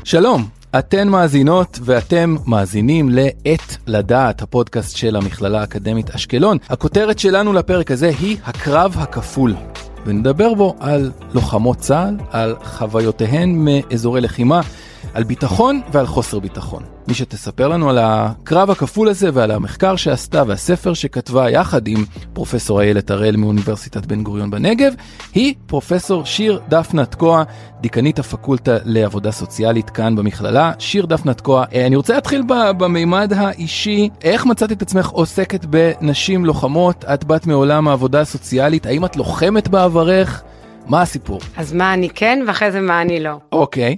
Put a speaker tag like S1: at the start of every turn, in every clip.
S1: שלום, אתן מאזינות ואתם מאזינים לעת לדעת, הפודקאסט של המכללה האקדמית אשקלון. הכותרת שלנו לפרק הזה היא הקרב הכפול, ונדבר בו על לוחמות צה"ל, על חוויותיהן מאזורי לחימה, על ביטחון ועל חוסר ביטחון. מי שתספר לנו על הקרב הכפול הזה ועל המחקר שעשתה והספר שכתבה יחד עם פרופסור איילת הראל מאוניברסיטת בן גוריון בנגב, היא פרופסור שיר דפנה תקוע, דיקנית הפקולטה לעבודה סוציאלית כאן במכללה. שיר דפנה תקוע, אני רוצה להתחיל במימד האישי. איך מצאת את עצמך עוסקת בנשים לוחמות? את בת מעולם העבודה הסוציאלית, האם את לוחמת בעברך? מה הסיפור?
S2: אז מה אני כן, ואחרי זה מה אני לא.
S1: אוקיי.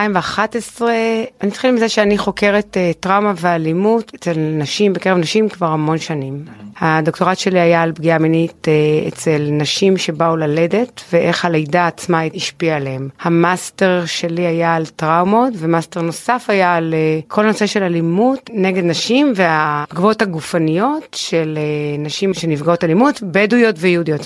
S2: 2011, אני אתחיל מזה שאני חוקרת טראומה ואלימות אצל נשים, בקרב נשים כבר המון שנים. הדוקטורט שלי היה על פגיעה מינית אצל נשים שבאו ללדת, ואיך הלידה עצמה השפיעה עליהם. המאסטר שלי היה על טראומות, ומאסטר נוסף היה על כל נושא של אלימות נגד נשים, והפגוות הגופניות של נשים שנפגעות אלימות, בדואיות ויהודיות.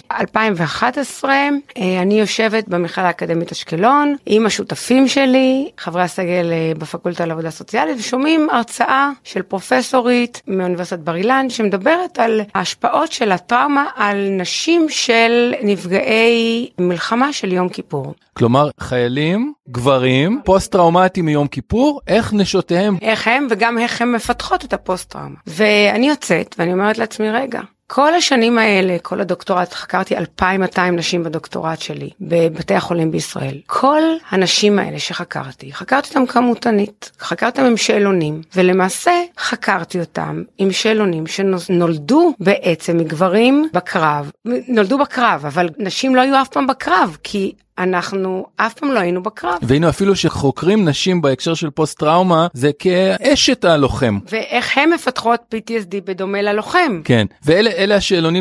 S2: 2011, אני יושבת במכללה האקדמית אשקלון, עם השותפים שלי, חברי הסגל בפקולטה לעבודה סוציאלית, ושומעים הרצאה של פרופסורית מאוניברסיטת בר אילן, שמדברת על ההשפעות של הטראומה על נשים של נפגעי מלחמה של יום כיפור.
S1: כלומר, חיילים, גברים, פוסט-טראומטיים מיום כיפור, איך נשותיהם?
S2: איך הם וגם איך הם מפתחות את הפוסט-טראומה. ואני יוצאת ואני אומרת לעצמי, רגע, כל השנים האלה, כל הדוקטורט, חקרתי 2,200 נשים בדוקטורט שלי, בבתי החולים בישראל. כל הנשים האלה שחקרתי, חקרתי אותם כמותנית, חקרתי אותם עם שאלונים, ולמעשה חקרתי אותם עם שאלונים שנולדו בעצם מגברים בקרב. נולדו בקרב, אבל נשים לא היו אף פעם בקרב, כי אנחנו אף פעם לא היינו בקרב.
S1: והיינו אפילו שחוקרים נשים בהקשר של פוסט-טראומה, זה כאשת הלוחם.
S2: ואיך הם מפתחות PTSD בדומה ללוחם.
S1: כן, ואלה השאלונים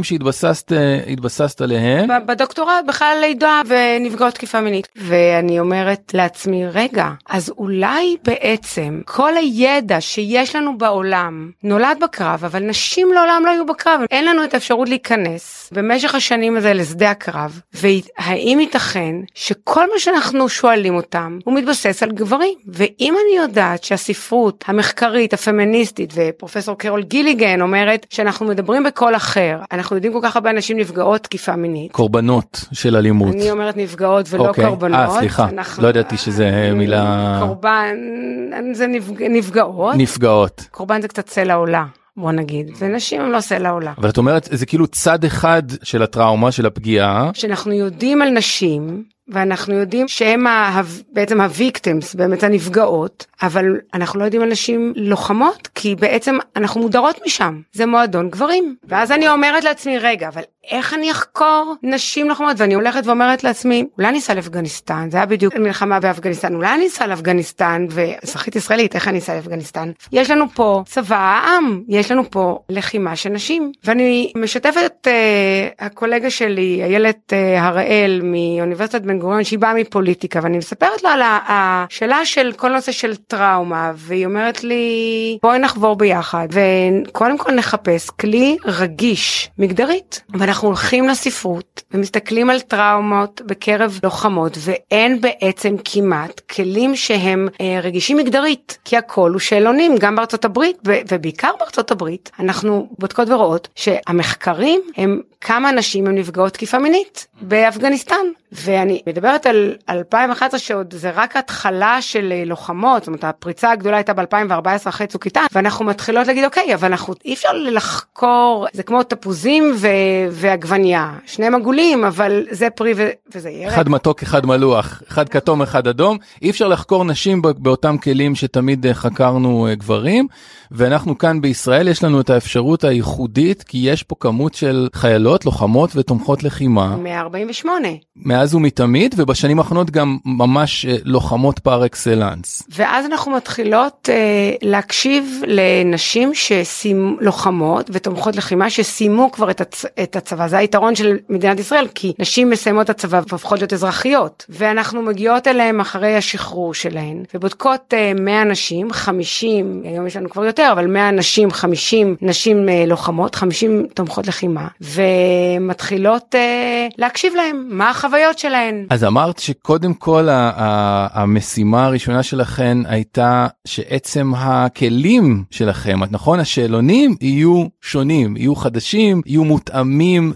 S1: שהתבססת עליהם.
S2: בדוקטורט בכלל לידה ונפגעות תקיפה מינית. ואני אומרת לעצמי, רגע, אז אולי בעצם כל הידע שיש לנו בעולם נולד בקרב, אבל נשים לעולם לא היו בקרב. אין לנו את האפשרות להיכנס במשך השנים הזה לשדה הקרב. והאם ייתכן שכל מה שאנחנו שואלים אותם הוא מתבסס על גברים? ואם אני יודעת שהספרות המחקרית הפמיניסטית ופרופסור קרול גיליגן אומרת שאנחנו מדברים בקול אחר, אנחנו יודעים כל כך הרבה אנשים נפגעות תקיפה מינית,
S1: קורבנות של אלימות.
S2: אני אומרת נפגעות ולא קורבנות.
S1: סליחה, לא ידעתי שזה מילה.
S2: קורבן זה נפגעות. קורבן זה קצת צלע עולה, בוא נגיד, ונשים הם לא סלע עולה.
S1: אבל את אומרת, זה כאילו צד אחד של הטראומה, של הפגיעה.
S2: שאנחנו יודעים על נשים, ואנחנו יודעים שהם בעצם הוויקטימס, באמת הנפגעות, אבל אנחנו לא יודעים על נשים לוחמות, כי בעצם אנחנו מודרות משם. זה מועדון גברים. ואז אני אומרת לעצמי, רגע, אבל איך אני אחקור נשים לוחמות? ואני הולכת ואומרת לעצמי, אולי ניסע לאפגניסטן, זה היה בדיוק מלחמה באפגניסטן, אולי ניסע לאפגניסטן, ואזרחית ישראלית, איך אני ניסע לאפגניסטן? יש לנו פה צבא העם, יש לנו פה לחימה של נשים, ואני משתפת את הקולגה שלי, איילת הראל מאוניברסיטת בן גוריון, שהיא באה מפוליטיקה, ואני מספרת לו על השאלה של כל נושא של טראומה, והיא אומרת לי, בואי נחבור ביחד, וקודם כל נחפש כלי רגיש, מגדרית, ואנחנו הולכים לספרות, ומסתכלים על טראומות בקרב לוחמות, ואין בעצם כמעט כלים שהם רגישים מגדרית, כי הכל הוא שאלונים, גם בארצות הברית, ובעיקר בארצות הברית, אנחנו בודקות ורואות שהמחקרים הם כמה נשים הם נפגעות תקיפה מינית באפגניסטן, ואני מדברת על 2011 שעוד זה רק התחלה של לוחמות, זאת אומרת הפריצה הגדולה הייתה ב-2014 אחרי צוק איתן, ואנחנו מתחילות להגיד אוקיי, אבל אי אפשר לחקור, זה כמו תפוזים ועגבניה, שניהם עגולים, אבל זה פרי וזה ירק.
S1: אחד מתוק, אחד מלוח, אחד כתום, אחד אדום, אי אפשר לחקור נשים באותם כלים שתמיד חקרנו גברים, ואנחנו כאן בישראל יש לנו את האפשרות הייחודית, כי יש פה כמות של חיילות, לוחמות ותומכות לחימה.
S2: 148.
S1: מאז ומתמיד, ובשנים האחרונות גם ממש לוחמות פר אקסלנס.
S2: ואז אנחנו מתחילות להקשיב לנשים לוחמות ותומכות לחימה שסיימו כבר את הצבא. זה היתרון של מדינת ישראל, כי נשים מסיימות את הצבא והופכות להיות אזרחיות, ואנחנו מגיעות אליהם אחרי השחרור שלהן, ובודקות 100 נשים, 50, היום יש לנו כבר יותר, אבל 100 נשים, 50 נשים לוחמות, 50 תומכות לחימה, ומתחילות להקשיב להם, מה החוויות שלהן.
S1: אז אמרת שקודם כל המשימה הראשונה שלכם הייתה שעצם הכלים שלכם, נכון? השאלונים יהיו שונים, יהיו חדשים, יהיו מותאמים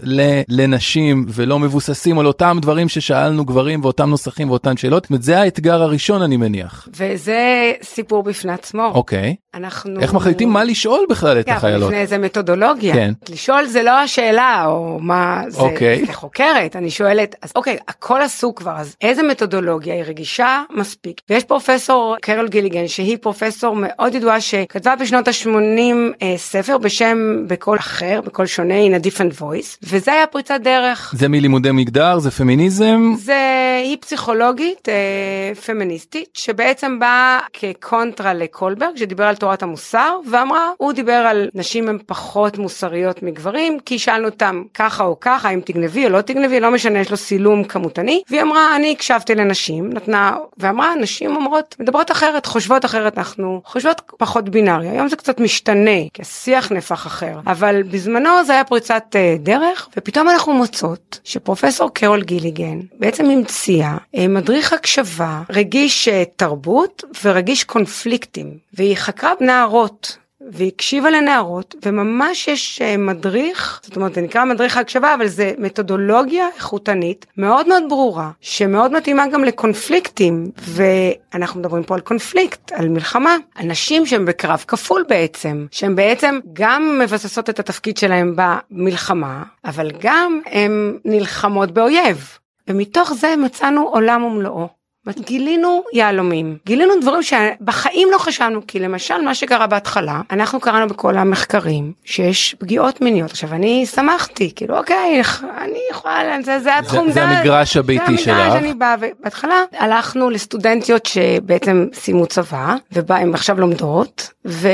S1: לנשים ולא מבוססים על אותם דברים ששאלנו גברים ואותם נוסחים ואותן שאלות. זאת אומרת, זה האתגר הראשון אני מניח.
S2: וזה סיפור בפני עצמו.
S1: אוקיי. איך מחליטים מה לשאול בכלל את החיילות?
S2: לפני איזה מתודולוגיה.
S1: כן.
S2: לשאול זה לא השאלה, או מה זה, זה חוקרת. אני שואלת, אז אוקיי, הכל עשו כבר, אז איזה מתודולוגיה היא רגישה מספיק? ויש פרופסור קרול גיליגן, שהיא פרופסור מאוד ידועה, שכתבה בשנות ה-80 ספר בשם בקול אחר, בקול שונה, in a different voice, וזה היה פריצת דרך.
S1: זה מלימודי מגדר, זה פמיניזם?
S2: היא פסיכולוגית פמיניסטית, שבעצם באה כקונטרה לקולברג, שדיבר על תורת המוסר, ואמרה, הוא דיבר על נשים הן פחות מוסריות מגברים, כי שאלנו אותם ככה או ככה, אם תגנבי או לא תגנבי, לא משנה, יש לו סילום כמותני, והיא אמרה, אני הקשבתי לנשים, נתנה, ואמרה, נשים אומרות, מדברות אחרת, חושבות אחרת, אנחנו חושבות פחות בינארי, היום זה קצת משתנה, כי השיח נפח אחר, אבל בזמנו זה היה פריצת דרך, ופתאום אנחנו מוצאות שפרופסור קרול גיליגן בעצם המציאה מדריך הקשבה, רגיש תרבות ורגיש קונפליקטים, והיא חקרה נערות, והקשיבה לנערות, וממש יש מדריך, זאת אומרת, זה נקרא מדריך ההקשבה, אבל זה מתודולוגיה איכותנית, מאוד מאוד ברורה, שמאוד מתאימה גם לקונפליקטים, ואנחנו מדברים פה על קונפליקט, על מלחמה, אנשים שהם בקרב כפול בעצם, שהם בעצם גם מבססות את התפקיד שלהם במלחמה, אבל גם הם נלחמות באויב, ומתוך זה מצאנו עולם ומלואו. גילינו יעלומים, גילינו דברים שבחיים לא חשבנו, כי למשל מה שקרה בהתחלה, אנחנו קראנו בכל המחקרים שיש פגיעות מיניות. עכשיו אני שמחתי, כאילו אוקיי, אני יכולה, זה התחום
S1: זה המגרש הביתי שלך. זה המגרש
S2: שאני באה, ובהתחלה הלכנו לסטודנטיות שבעצם סיימו צבא, והן עכשיו לומדות,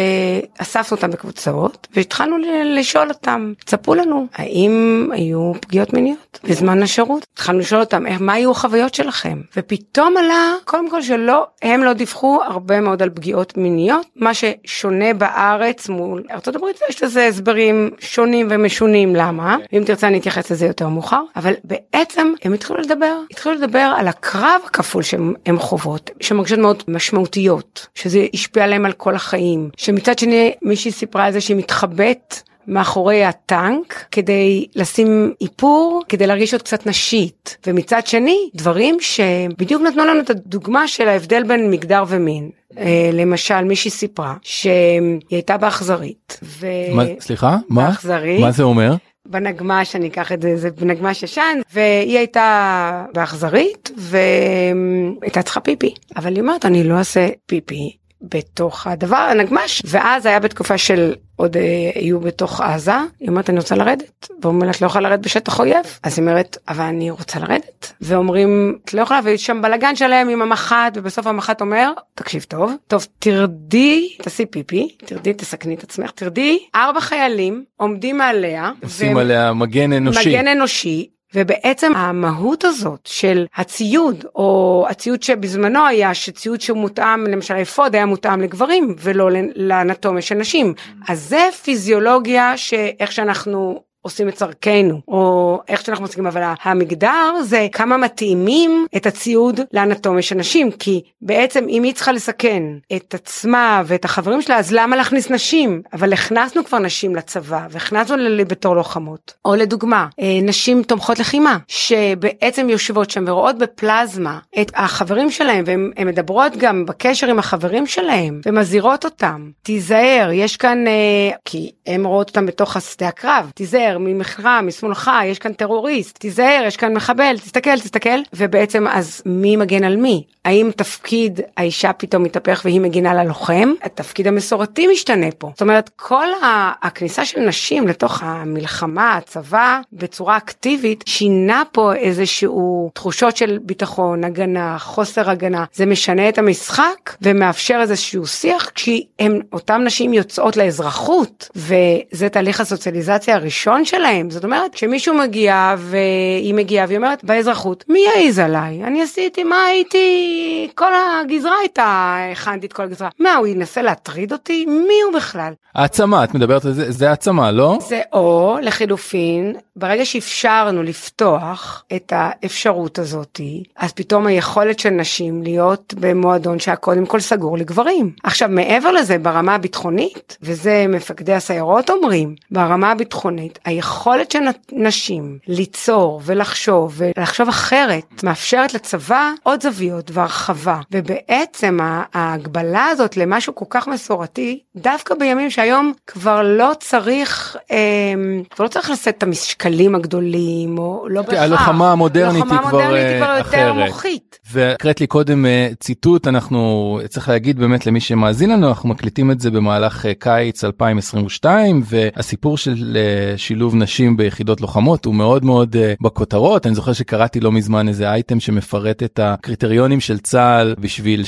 S2: ואספנו אותם בקבוצות, והתחלנו לשאול אותם, צפו לנו, האם היו פגיעות מיניות בזמן השירות? התחלנו לשאול אותם, מה היו החוויות שלכם? ופתאום עלה, קודם כל הם לא דיווחו הרבה מאוד על פגיעות מיניות, מה ששונה בארץ מול ארצות הברית, יש לזה הסברים שונים ומשונים, למה? אם תרצה אני אתייחס לזה יותר מאוחר, אבל בעצם הם התחילו לדבר על הקרב הכפול שהם חוות, שמרגישות מאוד משמעותיות, שזה השפיע עליהם על כל החיים, שמצד שני מישהי סיפרה על זה שהיא מתחבאת מאחורי הטנק, כדי לשים איפור, כדי להרגיש עוד קצת נשית. ומצד שני, דברים שבדיוק נתנו לנו את הדוגמה של ההבדל בין מגדר ומין. למשל, מישהי סיפרה שהיא הייתה באכזרית.
S1: סליחה?
S2: באכזרית.
S1: מה זה אומר?
S2: בנגמש, אני אקח את זה, זה בנגמש ישן, והיא הייתה באכזרית, והייתה צריכה פיפי. אבל היא אומרת, אני לא אעשה פיפי בתוך הדבר, הנגמש, ואז היה בתקופה של עוד היו בתוך עזה, היא אומרת, אני רוצה לרדת, ואומרת, לא יכולה לרדת בשטח אויב, אז היא אומרת, אבל אני רוצה לרדת, ואומרים, את לא יכולה, והיא שם בלגן שלהם עם המח"ט, ובסוף המח"ט אומר, תקשיב טוב, תרדי, תעשי פיפי, תרדי, תסכני את עצמך, תרדי, 4 חיילים עומדים מעליה,
S1: עושים עליה מגן אנושי,
S2: ובעצם המהות הזאת של הציוד, או הציוד שבזמנו היה, שציוד שהוא מותאם, למשל האפוד היה מותאם לגברים, ולא לאנטומיה של נשים. אז זה פיזיולוגיה שאיך שאנחנו עושים את צרכנו, או איך שאנחנו מציגים, אבל המגדר זה כמה מתאימים את הציוד לאנטומיה של נשים, כי בעצם אם היא צריכה לסכן את עצמה ואת החברים שלה, אז למה להכניס נשים? אבל הכנסנו כבר נשים לצבא, והכנסנו בתור לוחמות. או לדוגמה, נשים תומכות לחימה, שבעצם יושבות שם ורואות בפלזמה את החברים שלהם, והן מדברות גם בקשר עם החברים שלהם, ומזהירות אותם. תיזהר, יש כאן, כי הן רואות אותם בתוך שדה הקרב, תיזהר, ממך, משמאלך, יש כאן טרוריסט, תיזהר, יש כאן מחבל, תסתכל, ובעצם אז מי מגן על מי? האם תפקיד האישה פתאום מתהפך והיא מגינה ללוחם? התפקיד המסורתי משתנה פה. זאת אומרת, כל הכניסה של נשים לתוך המלחמה, הצבא, בצורה אקטיבית, שינה פה איזשהו תחושות של ביטחון, הגנה, חוסר הגנה. זה משנה את המשחק ומאפשר איזשהו שיח, כשאותן נשים יוצאות לאזרחות, וזה תהליך הסוציאליזציה הראשון שלהם. זאת אומרת, כשמישהו מגיע והיא מגיעה והיא אומרת, באזרחות, מי יעיז עליי? אני עשיתי, מה הייתי? כל הגזרה הייתה, הכנתי את כל הגזרה. מה, הוא ינסה להטריד אותי? מי הוא בכלל?
S1: העצמה, את מדברת על זה, זה העצמה, לא?
S2: זה או, לחילופין, ברגע שאפשרנו לפתוח את האפשרות הזאת, אז פתאום היכולת של נשים להיות במועדון שהקודם כל סגור לגברים. עכשיו, מעבר לזה, ברמה הביטחונית, וזה מפקדי הסיירות אומרים, ברמה הביטחונית, היכולת של נשים ליצור ולחשוב אחרת, מאפשרת לצבא עוד זוויות והרחבה. ובעצם ההגבלה הזאת למשהו כל כך מסורתי, דווקא בימים שהיום כבר לא צריך לשאת את המשקלים הגדולים, או לא בהכרח.
S1: הלוחמה המודרנית היא כבר
S2: יותר מוחית.
S1: והקראת לי קודם ציטוט, אנחנו צריך להגיד באמת למי שמאזין לנו, אנחנו מקליטים את זה במהלך קיץ 2022, והסיפור של שילוב נשים ביחידות לוחמות הוא מאוד מאוד בכותרות. אני זוכר שקראתי לא מזמן איזה אייטם שמפרט את הקריטריונים של צה"ל, בשביל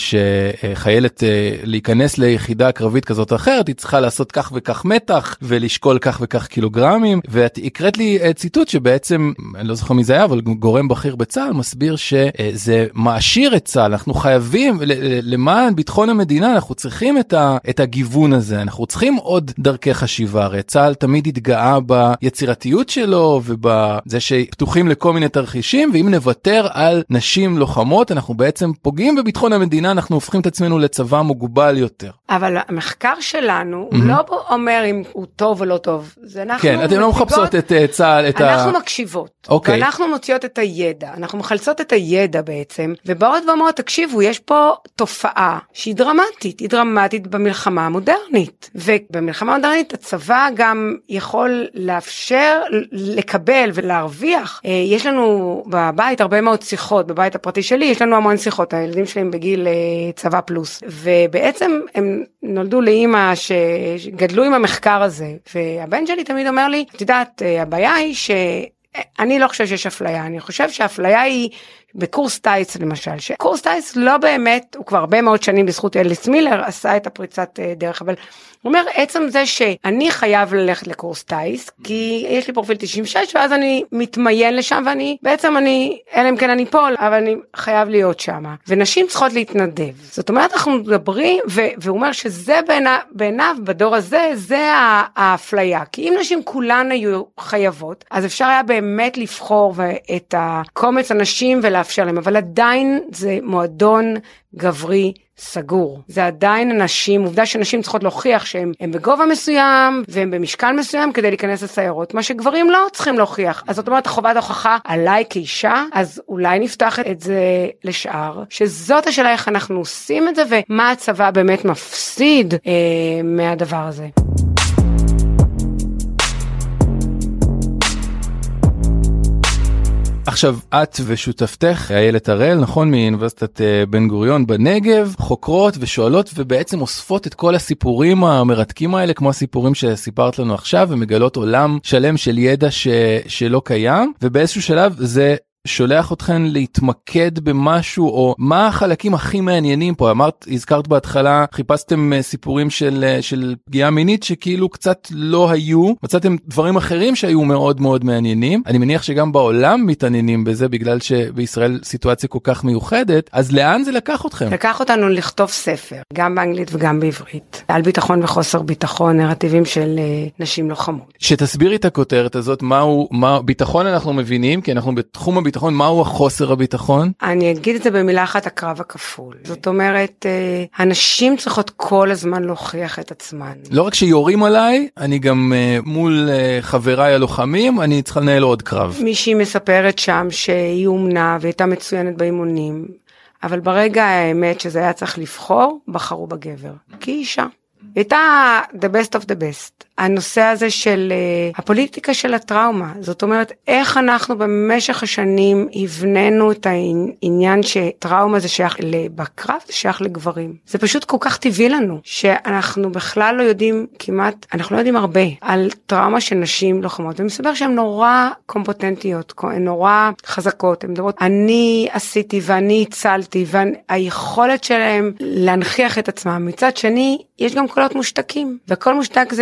S1: שחיילת להיכנס ליחידה קרבית כזאת או אחרת, היא צריכה לעשות כך וכך מתח, ולשקול כך וכך קילוגרמים, והקראת לי ציטוט שבעצם, אני לא זוכר מי זה היה, אבל גורם בכיר בצה"ל מסביר שזה מעשיר את צה"ל, אנחנו חייבים, למען ביטחון המדינה, אנחנו צריכים את הגיוון הזה, אנחנו צריכים עוד דרכי חשיבה, הרי צה"ל תמיד התגאה ביצירתיות שלו, ובזה שפתוחים לכל מיני תרחישים, ואם נוותר על נשים לוחמות, אנחנו בעצם פוגעים בביטחון המדינה, אנחנו הופכים את עצמנו לצבא מוגבל יותר.
S2: אבל המחקר שלנו, הוא לא אומר אם הוא טוב או לא טוב, זה אנחנו...
S1: כן, אתם לא מחפשות את צה"ל,
S2: אנחנו מקשיבות, ואנחנו מוציאות את הידע, אנחנו מחלצות את הידע בעצם, ובאות ואומרות, תקשיבו, יש פה תופעה שהיא דרמטית, היא דרמטית במלחמה המודרנית, ובמלחמה המודרנית הצבא גם יכול לאפשר, לקבל ולהרוויח. יש לנו בבית הרבה מאוד שיחות, בבית הפרטי שלי יש לנו המון שיחות, הילדים שלהם בגיל צבא פלוס, ובעצם הם נולדו לאמא שגדלו עם המחקר הזה, והבן שלי תמיד אומר לי, את יודעת, הבעיה היא שאני לא חושב שיש אפליה, אני חושב שהאפליה היא בקורס טייס למשל, שקורס טייס לא באמת, הוא כבר הרבה מאוד שנים בזכות אליס מילר עשה את הפריצת דרך, אבל הוא אומר, עצם זה שאני חייב ללכת לקורס טייס, כי יש לי פרופיל 96, ואז אני מתמיין לשם, בעצם אלא אם כן אני פול, אבל אני חייב להיות שם. ונשים צריכות להתנדב. זאת אומרת, אנחנו מדברים, והוא אומר שזה בעיניו, בדור הזה, זה האפליה. כי אם נשים כולן היו חייבות, אז אפשר היה באמת לבחור את הקומץ הנשים ולאפשר להם, אבל עדיין זה מועדון גברי סגור. זה עדיין אנשים, עובדה שנשים צריכות להוכיח שהם בגובה מסוים, והם במשקל מסוים כדי להיכנס לסיירות, מה שגברים לא צריכים להוכיח. אז זאת אומרת, חובת ההוכחה עליי כאישה, אז אולי נפתח את זה לשאר, שזאת השאלה איך אנחנו עושים את זה, ומה הצבא באמת מפסיד מהדבר הזה.
S1: עכשיו, את ושותפתך, איילת הראל, נכון, מאוניברסיטת בן גוריון בנגב, חוקרות ושואלות ובעצם אוספות את כל הסיפורים המרתקים האלה, כמו הסיפורים שסיפרת לנו עכשיו, ומגלות עולם שלם של ידע שלא קיים, ובאיזשהו שלב זה שולח אתכן להתמקד במשהו, או מה החלקים הכי מעניינים פה? הזכרת בהתחלה, חיפשתם סיפורים של פגיעה מינית שכאילו קצת לא היו, מצאתם דברים אחרים שהיו מאוד מאוד מעניינים, אני מניח שגם בעולם מתעניינים בזה, בגלל שבישראל סיטואציה כל כך מיוחדת, אז לאן זה לקח אתכם? לקח
S2: אותנו לכתוב ספר, גם באנגלית וגם בעברית, על ביטחון וחוסר ביטחון, נרטיבים של נשים לוחמות.
S1: שתסבירי את הכותרת הזאת, מה ביטחון אנחנו מבינים, כי אנחנו בתחום הביטחון, מהו החוסר הביטחון?
S2: אני אגיד את זה במילה אחת, הקרב הכפול. זאת אומרת, הנשים צריכות כל הזמן להוכיח את עצמן.
S1: לא רק שיורים עליי, אני גם מול חבריי הלוחמים, אני צריכה לנהל עוד קרב.
S2: מישהי מספרת שם שהיא אומנה והייתה מצוינת באימונים, אבל ברגע האמת שזה היה צריך לבחור, בחרו בגבר. כי אישה. הייתה the best of the best. הנושא הזה של הפוליטיקה של הטראומה, זאת אומרת, איך אנחנו במשך השנים הבננו את העניין שטראומה זה שייך בקרב, זה שייך לגברים. זה פשוט כל כך טבעי לנו, שאנחנו בכלל לא יודעים כמעט, אנחנו לא יודעים הרבה על טראומה של נשים לוחמות, ומסבר שהן נורא קומפוטנטיות, הן נורא חזקות, הן מדברות, אני עשיתי ואני הצלתי, והיכולת שלהם להנכיח את עצמם. מצד שני, יש גם קולות מושתקים, וכל מושתק זה, הקול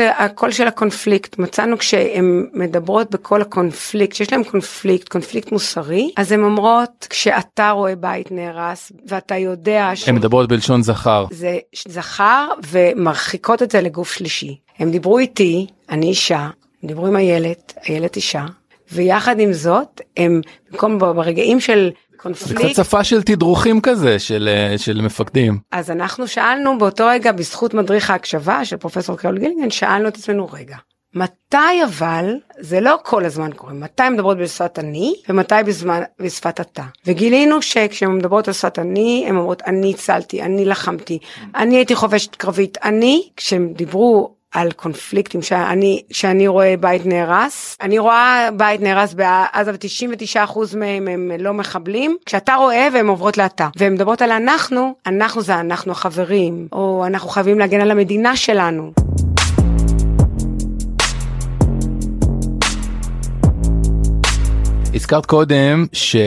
S2: הקול של הקונפליקט. מצאנו כשהן מדברות בכל הקונפליקט, שיש להם קונפליקט מוסרי, אז הן אומרות, כשאתה רואה בית נהרס, ואתה יודע
S1: הן מדברות בלשון זכר.
S2: זה זכר, ומרחיקות את זה לגוף שלישי. הם דיברו איתי, אני אישה, דיברו עם הילד אישה, ויחד עם זאת, הם, במקום ברגעים של קונפליקט.
S1: זה קצת שפה של תדרוכים כזה, של מפקדים.
S2: אז אנחנו שאלנו באותו רגע, בזכות מדריך ההקשבה של פרופסור קרול גילינגן, שאלנו את עצמנו רגע. מתי אבל, זה לא כל הזמן קורה, מתי הן מדברות בשפת אני, ומתי בשפת אתה. וגילינו שכשהן מדברות בשפת אני, הן אומרות, אני הצלתי, אני לחמתי, אני הייתי חובשת קרבית, כשהם דיברו על קונפליקטים, שאני רואה בית נהרס, אני רואה בית נהרס בעזה, 99% מהם הם לא מחבלים, כשאתה רואה והם עוברות לאתה, והם מדברות על אנחנו זה אנחנו החברים, או אנחנו חייבים להגן על המדינה שלנו.
S1: הזכרת קודם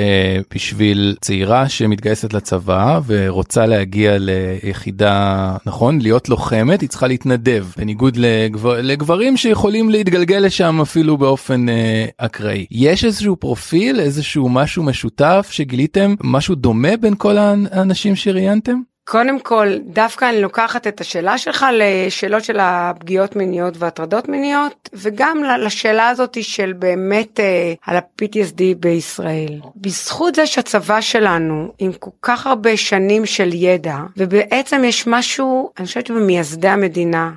S1: שבשביל צעירה שמתגייסת לצבא ורוצה להגיע ליחידה, נכון, להיות לוחמת, היא צריכה להתנדב, בניגוד לגברים שיכולים להתגלגל לשם אפילו באופן אקראי. יש איזשהו פרופיל, איזשהו משהו משותף שגיליתם, משהו דומה בין כל האנשים שראיינתם?
S2: קודם כל, דווקא אני לוקחת את השאלה שלך לשאלות של הפגיעות מיניות והטרדות מיניות, וגם לשאלה הזאת של באמת על ה-PTSD בישראל. בזכות זה שהצבא שלנו, עם כל כך הרבה שנים של ידע, ובעצם יש משהו, אני חושבת במייסדי המדינה,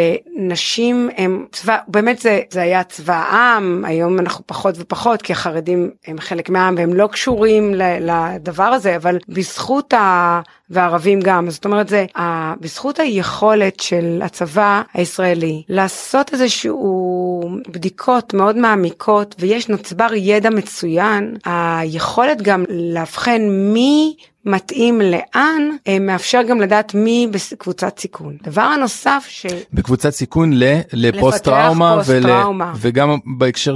S2: שנשים הם צבא, באמת זה היה צבא העם, היום אנחנו פחות ופחות, כי החרדים הם חלק מהעם, והם לא קשורים לדבר הזה, אבל בזכות והערבים גם, זאת אומרת זה, בזכות היכולת של הצבא הישראלי, לעשות איזשהו בדיקות מאוד מעמיקות, ויש נצבר ידע מצוין, היכולת גם להבחן מי מתאים לאן, מאפשר גם לדעת מי בקבוצת סיכון. דבר הנוסף
S1: בקבוצת סיכון לפוסט טראומה, וגם בהקשר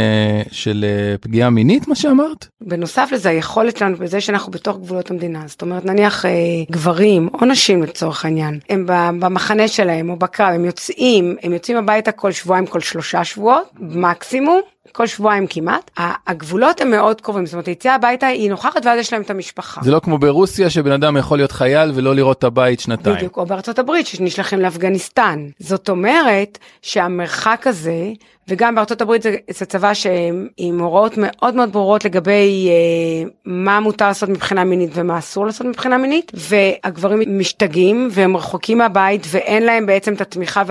S1: של פגיעה מינית, מה שאמרת?
S2: בנוסף לזה, היכולת שלנו בזה שאנחנו בתוך גבולות המדינה, זאת אומרת, נניח גברים או נשים לצורך העניין, הם במחנה שלהם או בקרב, הם יוצאים הביתה כל שבועיים, כל 3 שבועות, מקסימום, כל שבועיים כמעט, הגבולות הם מאוד קרובים, זאת אומרת, היציאה הביתה היא נוכחת ואז יש להם את המשפחה.
S1: זה לא כמו ברוסיה שבן אדם יכול להיות חייל ולא לראות את הבית שנתיים.
S2: בדיוק, או בארצות הברית שנשלחים לאפגניסטן. זאת אומרת שהמרחק הזה, וגם בארצות הברית זה צבא שעם הוראות מאוד מאוד ברורות לגבי מה מותר לעשות מבחינה מינית ומה אסור לעשות מבחינה מינית, והגברים משתגעים והם רחוקים מהבית ואין להם בעצם את התמיכה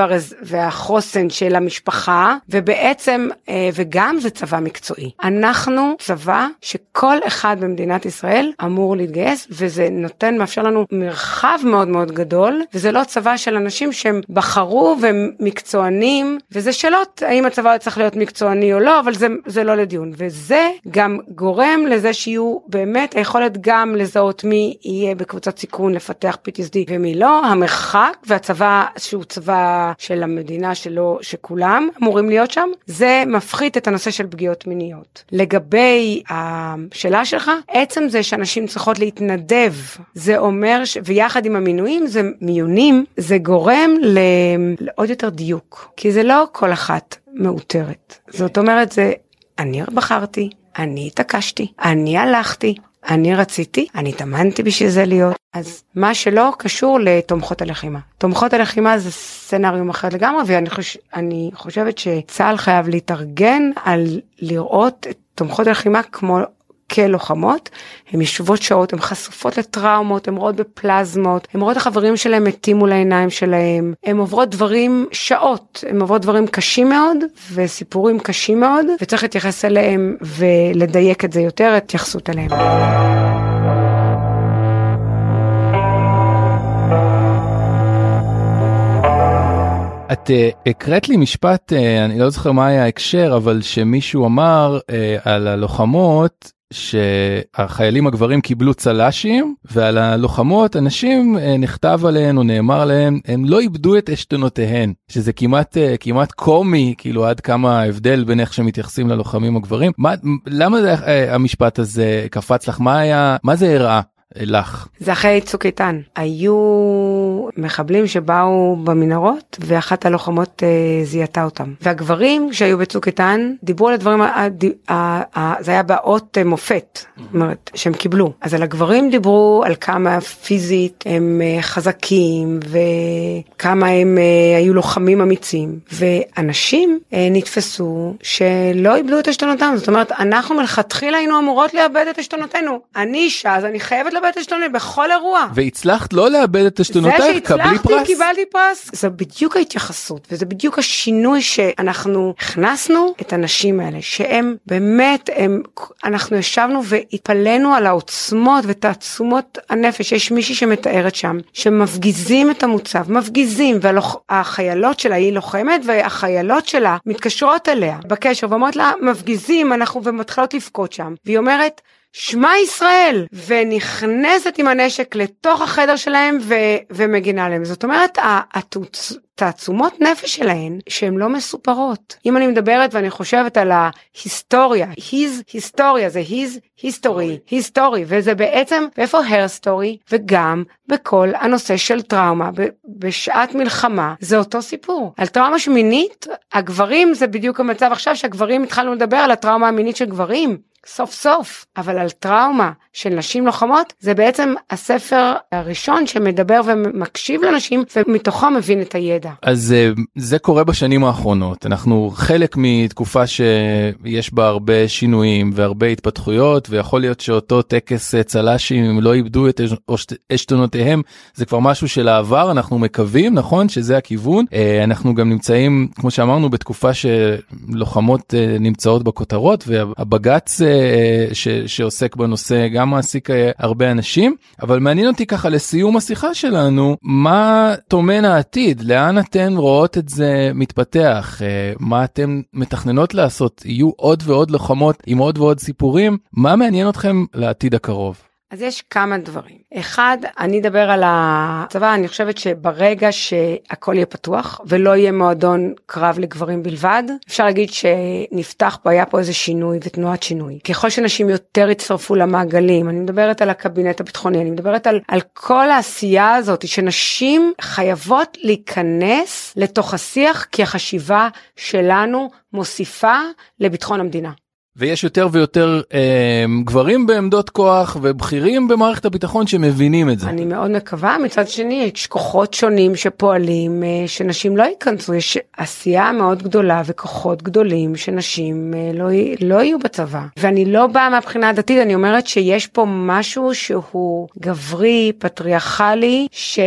S2: והחוסן של המשפחה, ובעצם, וגם זה צבא מקצועי. אנחנו צבא שכל אחד במדינת ישראל אמור להתגייס, וזה מאפשר לנו מרחב מאוד מאוד גדול, וזה לא צבא של אנשים שהם בחרו והם מקצוענים, וזה שאלות האם הצבא צריך להיות מקצועני או לא, אבל זה לא לדיון. וזה גם גורם לזה שיהיו באמת היכולת גם לזהות מי יהיה בקבוצת סיכון לפתח PTSD ומי לא. המרחק והצבא שהוא צבא של המדינה שלו, שכולם אמורים להיות שם, זה מפחית את הנושא של פגיעות מיניות. לגבי השאלה שלך, עצם זה שאנשים צריכות להתנדב, זה אומר, ויחד עם המינויים, זה מיונים, זה גורם לעוד יותר דיוק. כי זה לא כל אחת מאותרת. זאת אומרת, זה אני בחרתי, אני התעקשתי, אני הלכתי, אני רציתי, אני התאמנתי בשביל זה להיות. אז מה שלא קשור לתומכות הלחימה. תומכות הלחימה זה סצנריום אחר לגמרי, ואני חושבת שצה"ל חייב להתארגן על לראות את תומכות הלחימה כמו כלוחמות, הן ישובות שעות, הן חשופות לטראומות, הן רואות בפלזמות, הן רואות החברים שלהם מתים מול העיניים שלהם, הן עוברות דברים שעות, הן עוברות דברים קשים מאוד, וסיפורים קשים מאוד, וצריך להתייחס אליהם ולדייק את זה יותר, התייחסות אליהם.
S1: את הקראת לי משפט, אני לא זוכר מה היה ההקשר, אבל שמישהו אמר על הלוחמות, שהחיילים הגברים קיבלו צלשים, ועל הלוחמות אנשים נכתב עליהן או נאמר עליהן, הם לא איבדו את עשתונותיהן, שזה כמעט קומי, כאילו עד כמה ההבדל בין איך שמתייחסים ללוחמים הגברים. למה המשפט הזה קפץ לך? מה זה הראה? לך?
S2: זה אחרי צוק איתן. היו מחבלים שבאו במנהרות, ואחת הלוחמות זיהתה אותם. והגברים שהיו בצוק איתן, דיברו על הדברים, זה היה באות מופת, זאת אומרת, שהם קיבלו. אז על הגברים דיברו על כמה פיזית הם חזקים, וכמה הם היו לוחמים אמיצים. ואנשים נתפסו שלא איבדו את השתנותם. זאת אומרת, אנחנו מלכתחילה היינו אמורות לאבד את השתנותינו. אני אישה, אז אני חייבת לאבד את השתנותינו בכל אירוע.
S1: והצלחת לא לאבד את השתנותיך, קבלי פרס.
S2: זה קיבלתי פרס. זה בדיוק ההתייחסות, וזה בדיוק השינוי שאנחנו הכנסנו את הנשים האלה, שהם באמת, אנחנו ישבנו והתפלנו על העוצמות ותעצומות הנפש. יש מישהי שמתארת שם, שמפגיזים את המוצב, מפגיזים, והחיילות שלה היא לוחמת, והחיילות שלה מתקשרות אליה בקשר, ואומרות לה, מפגיזים, אנחנו ומתחילות לפקוד שם. והיא אומרת, שמע ישראל, ונכנסת עם הנשק לתוך החדר שלהם ומגינה עליהם. זאת אומרת, התעצומות נפש שלהן, שהן לא מסופרות. אם אני מדברת ואני חושבת על ההיסטוריה, היסטוריה, זה היסטורי, וזה בעצם, ואיפה her story, וגם בכל הנושא של טראומה, בשעת מלחמה, זה אותו סיפור. על טראומה שמינית, הגברים, זה בדיוק המצב עכשיו, שהגברים התחלנו לדבר על הטראומה המינית של גברים. סוף סוף, אבל על טראומה של נשים לוחמות, זה בעצם הספר הראשון שמדבר ומקשיב לנשים, ומתוכו מבין את הידע.
S1: אז זה קורה בשנים האחרונות, אנחנו חלק מתקופה שיש בה הרבה שינויים והרבה התפתחויות, ויכול להיות שאותו טקס צל"שים לא איבדו את עשתונותיהם, זה כבר משהו של העבר, אנחנו מקווים, נכון, שזה הכיוון, אנחנו גם נמצאים, כמו שאמרנו, בתקופה שלוחמות נמצאות בכותרות, והבג"ץ שעוסק בנושא גם מעסיק הרבה אנשים, אבל מעניין אותי ככה לסיום השיחה שלנו, מה תומן העתיד? לאן אתן רואות את זה מתפתח? מה אתן מתכננות לעשות? יהיו עוד ועוד לוחמות עם עוד ועוד סיפורים? מה מעניין אתכם לעתיד הקרוב?
S2: אז יש כמה דברים. אחד, אני אדבר על הצבא, אני חושבת שברגע שהכל יהיה פתוח, ולא יהיה מועדון קרב לגברים בלבד, אפשר להגיד שנפתח פה, היה פה איזה שינוי ותנועת שינוי. ככל שנשים יותר יצטרפו למעגלים, אני מדברת על הקבינט הביטחוני, אני מדברת על כל העשייה הזאת, שנשים חייבות להיכנס לתוך השיח, כי החשיבה שלנו מוסיפה לביטחון המדינה.
S1: ויש יותר ויותר גברים בעמדות כוח ובכירים במערכת הביטחון שמבינים את זה.
S2: אני מאוד מקווה, מצד שני יש כוחות שונים שפועלים שנשים לא ייכנסו, יש עשייה מאוד גדולה וכוחות גדולים שנשים לא יהיו בצבא. ואני לא באה מהבחינה הדתית, אני אומרת שיש פה משהו שהוא גברי, פטריארכלי,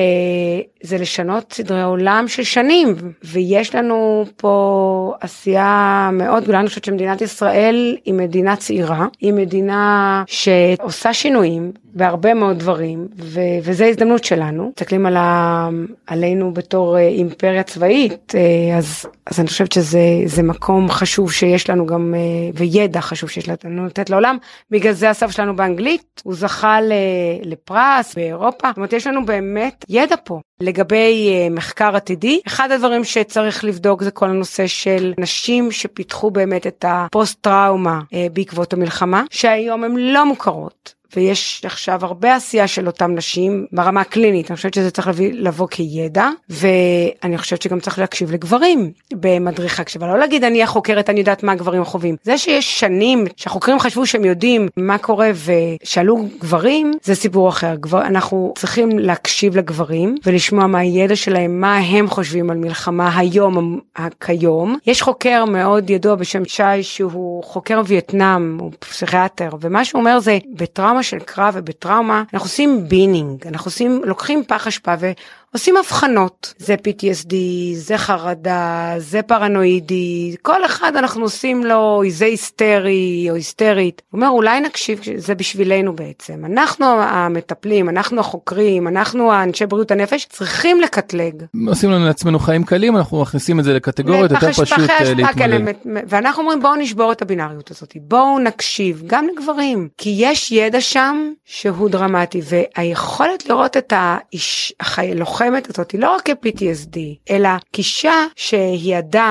S2: שזה לשנות סדרי עולם של שנים, ויש לנו פה עשייה מאוד גדולה. אני חושבת שמדינת ישראל היא מדינה צעירה, היא מדינה שעושה שינויים בהרבה מאוד דברים, וזו הזדמנות שלנו. מסתכלים עלינו בתור אימפריה צבאית, אז אני חושבת שזה מקום חשוב שיש לנו גם, וידע חשוב שיש לנו לתת לעולם. בגלל זה הסף שלנו באנגלית, הוא זכה לפרס באירופה. זאת אומרת, יש לנו באמת ידע פה. לגבי מחקר עתידי, אחד הדברים שצריך לבדוק זה כל הנושא של נשים שפיתחו באמת את הפוסט-טראומה בעקבות המלחמה, שהיום הן לא מוכרות. ויש עכשיו הרבה עשייה של אותם נשים ברמה הקלינית. אני חושבת שזה צריך לבוא כידע, ואני חושבת שגם צריך להקשיב לגברים במדריך הקשבה. לא להגיד אני החוקרת, אני יודעת מה הגברים חווים. זה שיש שנים שהחוקרים חשבו שהם יודעים מה קורה ושאלו גברים, זה סיפור אחר. אנחנו צריכים להקשיב לגברים ולשמוע מה הידע שלהם, מה הם חושבים על מלחמה היום, כיום. יש חוקר מאוד ידוע בשם שי, שהוא חוקר וייטנאם, הוא פסיכיאטר, ומה שהוא אומר זה, בטראומה של קרב ובטראומה, אנחנו עושים בינינג, אנחנו לוקחים פח אשפה ועושים הבחנות. זה PTSD, זה חרדה, זה פרנואידי, כל אחד אנחנו עושים לו איזה היסטרי או היסטרית. הוא אומר, אולי נקשיב, זה בשבילנו בעצם. אנחנו המטפלים, אנחנו החוקרים, אנחנו האנשי בריאות הנפש, צריכים לקטלג.
S1: עושים לנו לעצמנו חיים קלים, אנחנו מכניסים את זה לקטגוריות, יותר פשוט להתמודד.
S2: ואנחנו אומרים, בואו נשבור את הבינאריות הזאת, בואו נקשיב, גם לגברים, כי יש ידע שם שהוא דרמטי, והיכולת לראות את הלוחמת הזאת, היא לא רק כ-PTSD, אלא קישה שהיא אדם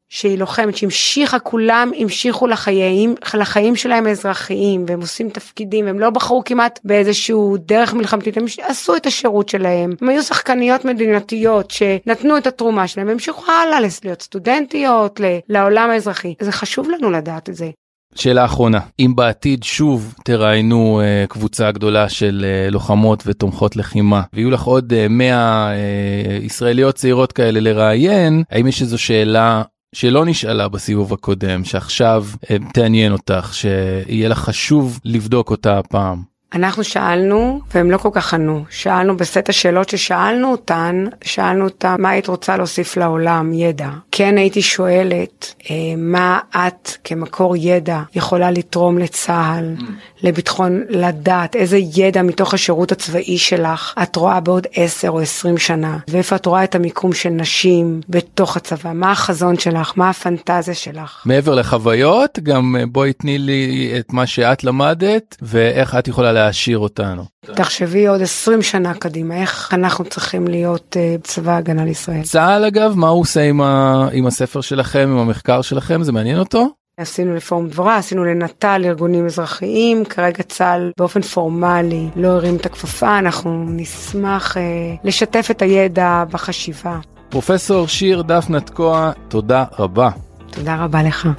S2: שהיא לוחמת, שהמשיכה, כולם המשיכו לחיים שלהם האזרחיים, והם עושים תפקידים, הם לא בחרו כמעט באיזשהו דרך מלחמתית, הם עשו את השירות שלהם, הם היו שחקניות מדינתיות שנתנו את התרומה שלהם, והמשיכו הלאה להיות סטודנטיות לעולם האזרחי. זה חשוב לנו לדעת את זה.
S1: שאלה אחרונה, אם בעתיד שוב תראיינו קבוצה גדולה של לוחמות ותומכות לחימה, ויהיו לך עוד 100 ישראליות צעירות כאלה לראיין, האם יש איזו שאלה שלא נשאלה בסיבוב הקודם, שעכשיו תעניין אותך, שיהיה לך חשוב לבדוק אותה הפעם?
S2: אנחנו שאלנו, והם לא כל כך ענו. שאלנו בסט השאלות ששאלנו אותן, שאלנו אותה מה היית רוצה להוסיף לעולם, ידע. כן הייתי שואלת, מה את כמקור ידע יכולה לתרום לצהל, לביטחון, לדעת, איזה ידע מתוך השירות הצבאי שלך את רואה בעוד 10 או 20 שנה, ואיפה את רואה את המיקום של נשים בתוך הצבא, מה החזון שלך, מה הפנטזיה שלך.
S1: מעבר לחוויות, גם בואי תני לי את מה שאת למדת, ואיך את יכולה להעשיר אותנו.
S2: תחשבי עוד 20 שנה קדימה, איך אנחנו צריכים להיות צבא הגנה לישראל.
S1: צה"ל אגב, מה הוא עושה עם הספר שלכם, עם המחקר שלכם, זה מעניין אותו?
S2: עשינו לפורום דבורה, עשינו לנט"ל ארגונים אזרחיים, כרגע צה"ל באופן פורמלי לא הרים את הכפפה, אנחנו נשמח לשתף את הידע בחשיבה.
S1: פרופסור שיר דפנה תקוע, תודה רבה.
S2: תודה רבה לך.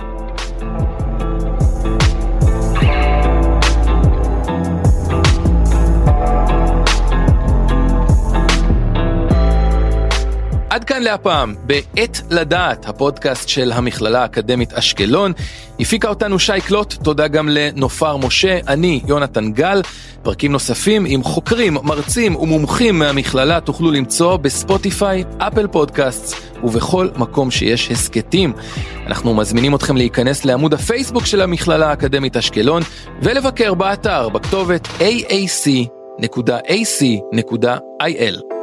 S1: עד כאן להפעם, בעת לדעת, הפודקאסט של המכללה האקדמית אשקלון. הפיקה אותנו שי קלוט, תודה גם לנופר משה, אני יונתן גל. פרקים נוספים עם חוקרים, מרצים ומומחים מהמכללה תוכלו למצוא בספוטיפיי, אפל פודקאסט ובכל מקום שיש הסקטים. אנחנו מזמינים אתכם להיכנס לעמוד הפייסבוק של המכללה האקדמית אשקלון ולבקר באתר בכתובת aac.ac.il.